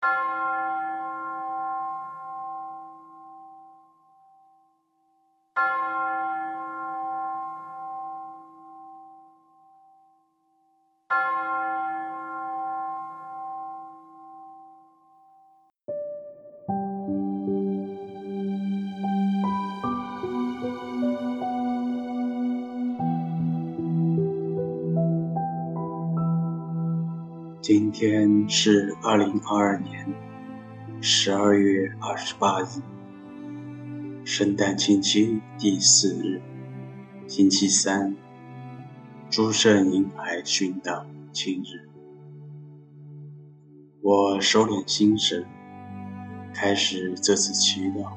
今天是2022年12月28日，圣诞星期第4日，星期三，诸圣婴孩殉道庆日。我收敛心神，开始这次祈祷。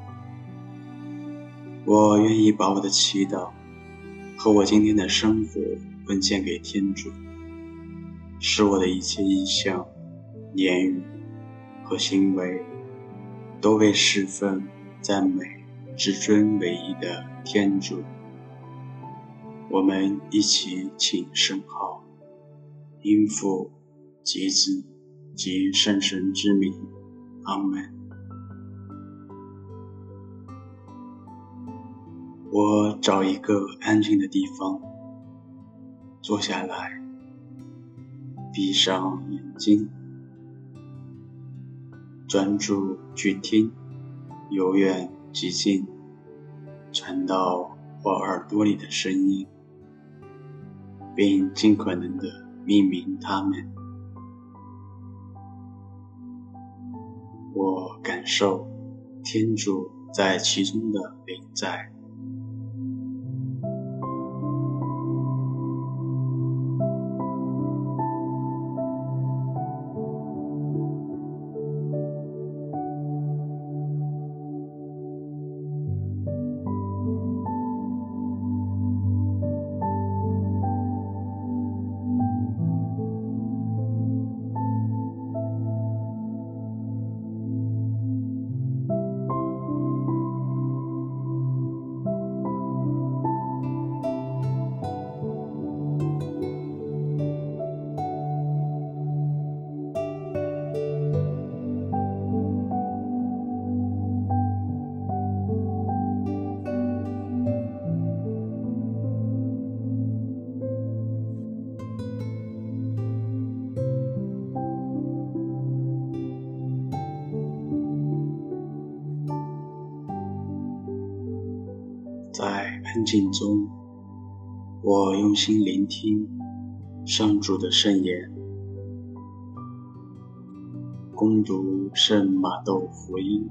我愿意把我的祈祷和我今天的生活奉献给天主，使我的一切意向、言语和行为都为侍奉、赞美至尊唯一的天主。我们一起请圣号，因父及子及圣神之名，阿们。我找一个安静的地方坐下来，闭上眼睛，专注去听由远及近传到我耳朵里的声音，并尽可能地命名它们。我感受天主在其中的临在。在安静中，我用心聆听上主的圣言，恭读圣马窦福音。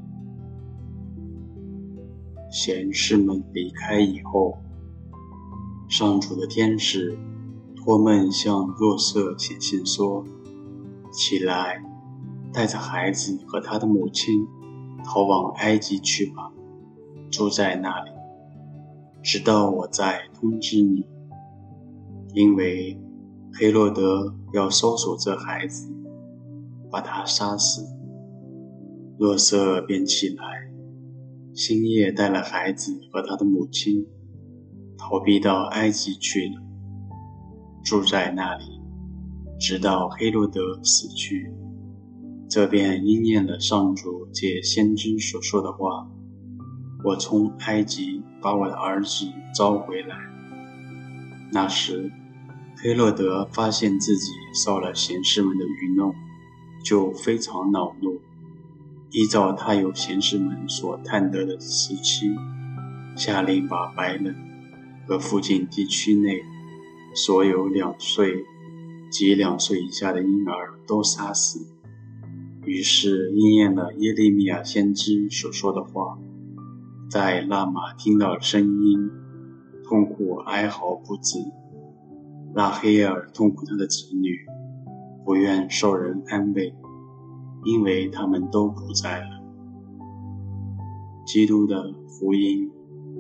贤士们离开以后，上主的天使托梦向若瑟显现说：起来，带着孩子和他的母亲逃往埃及去吧，住在那里，直到我再通知你，因为黑落德要搜索这孩子，把他杀死。若瑟便起来，星夜带了孩子和他的母亲逃避到埃及去了，住在那里，直到黑落德死去。这便应验了上主借先知所说的话：我从埃及把我的儿子招回来。那时黑落德发现自己受了贤士们的愚弄，就非常恼怒，依照他由贤士们所探得的时期，下令把白人和附近地区内所有2岁及2岁以下的婴儿都杀死。于是应验了耶利米亚先知所说的话：在拉玛听到声音，痛苦哀嚎不止。拉黑尔痛苦他的子女，不愿受人安慰，因为他们都不在了。基督的福音。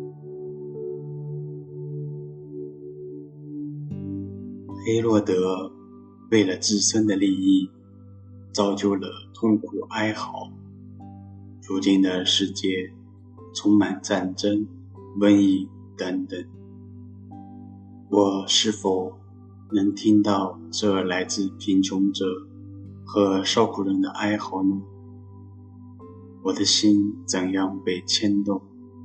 黑落德为了自身的利益，造就了痛苦哀嚎。如今的世界充满战争、瘟疫等等，我是否能听到这来自贫穷者和受苦人的哀嚎呢？ 我的心怎样被牵动。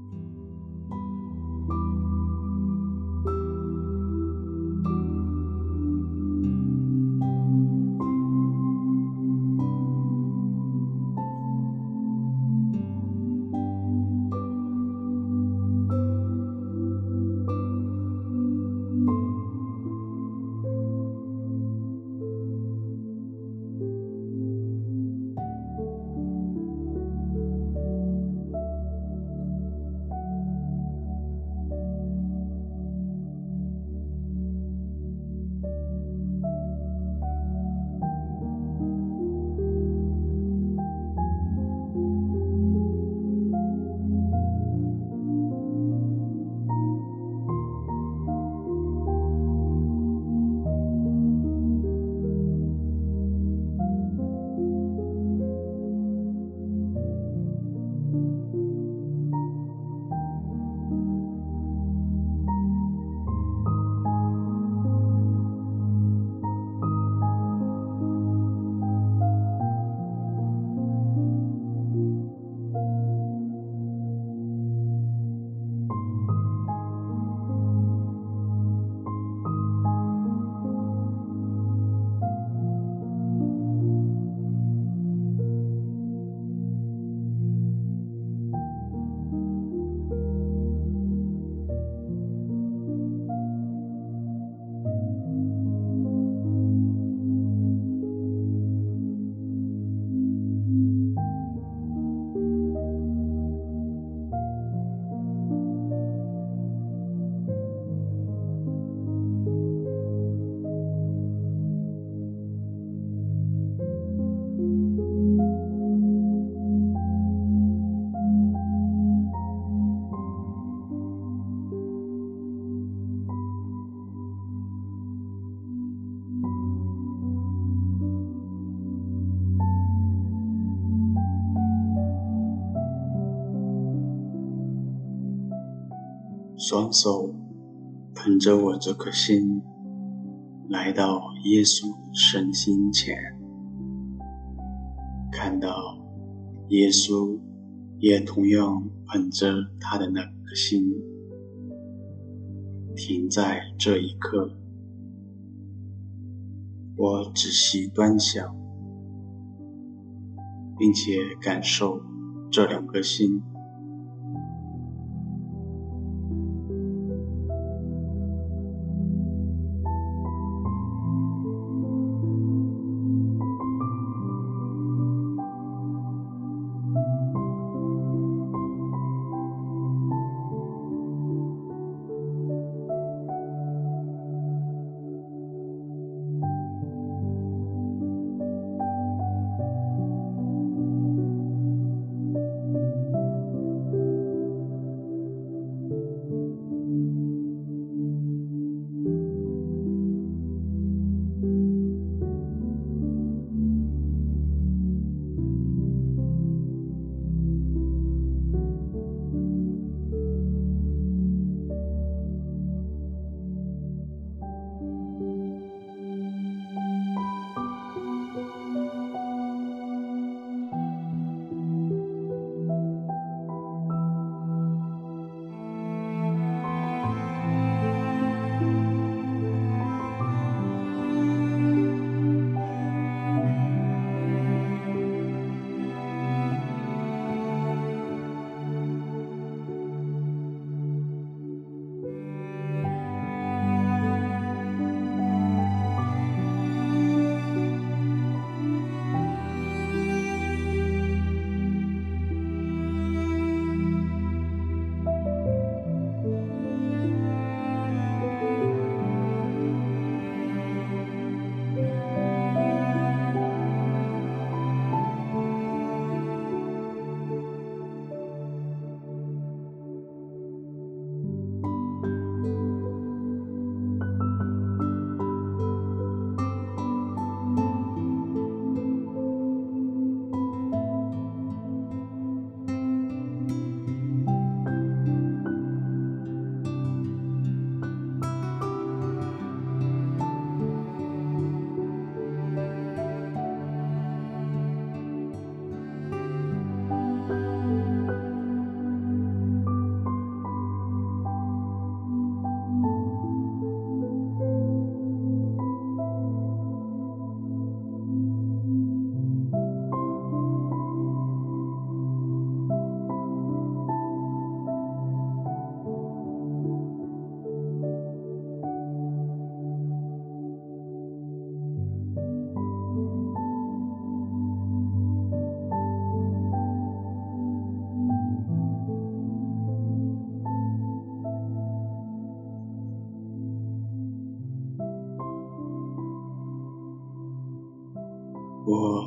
双手捧着我这颗心，来到耶稣神心前，看到耶稣也同样捧着他的那颗心，停在这一刻，我仔细端详，并且感受这两颗心。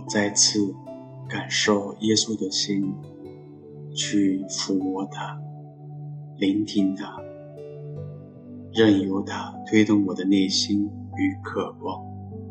再次感受耶稣的心，去抚摸它，聆听它，任由它推动我的内心与渴望。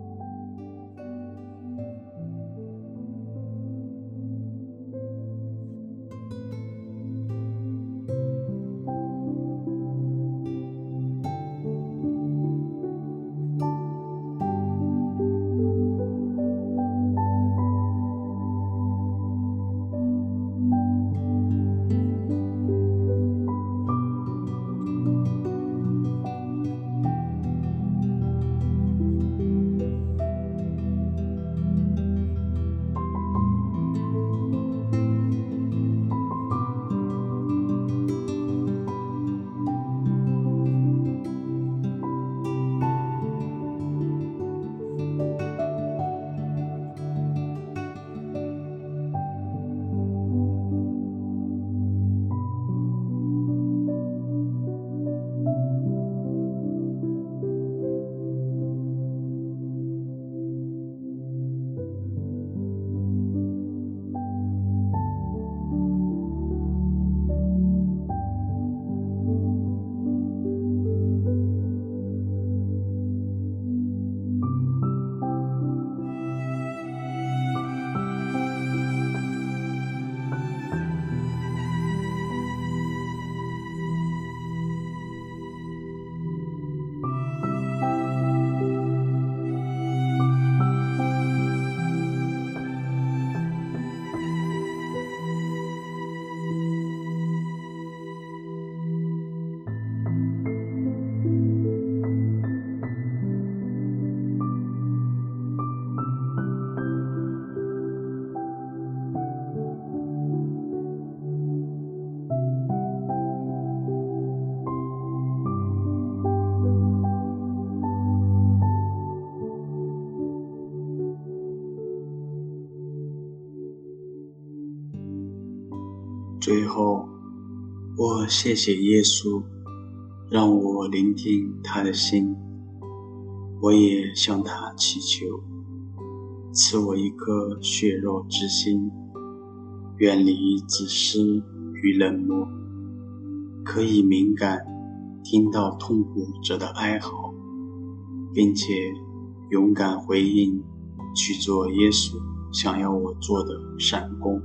最后，我谢谢耶稣，让我聆听他的心，我也向他祈求，赐我一颗血肉之心，远离自私与冷漠，可以敏感听到痛苦者的哀嚎，并且勇敢回应，去做耶稣想要我做的善功。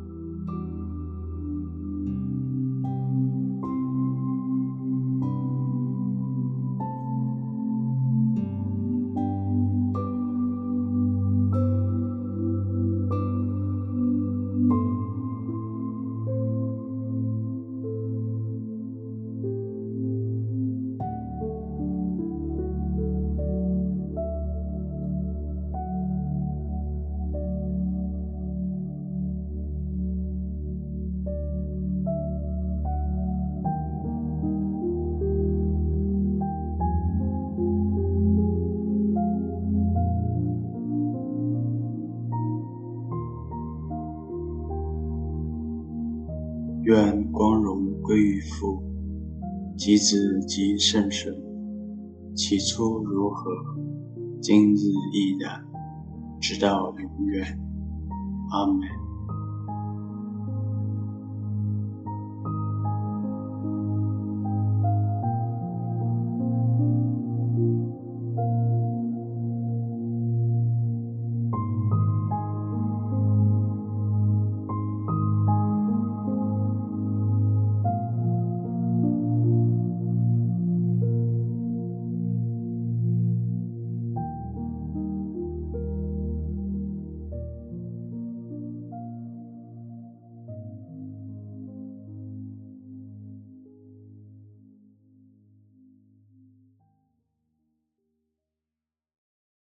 愿光荣归于父，及子及圣神，起初如何，今日亦然，直到永远。阿们。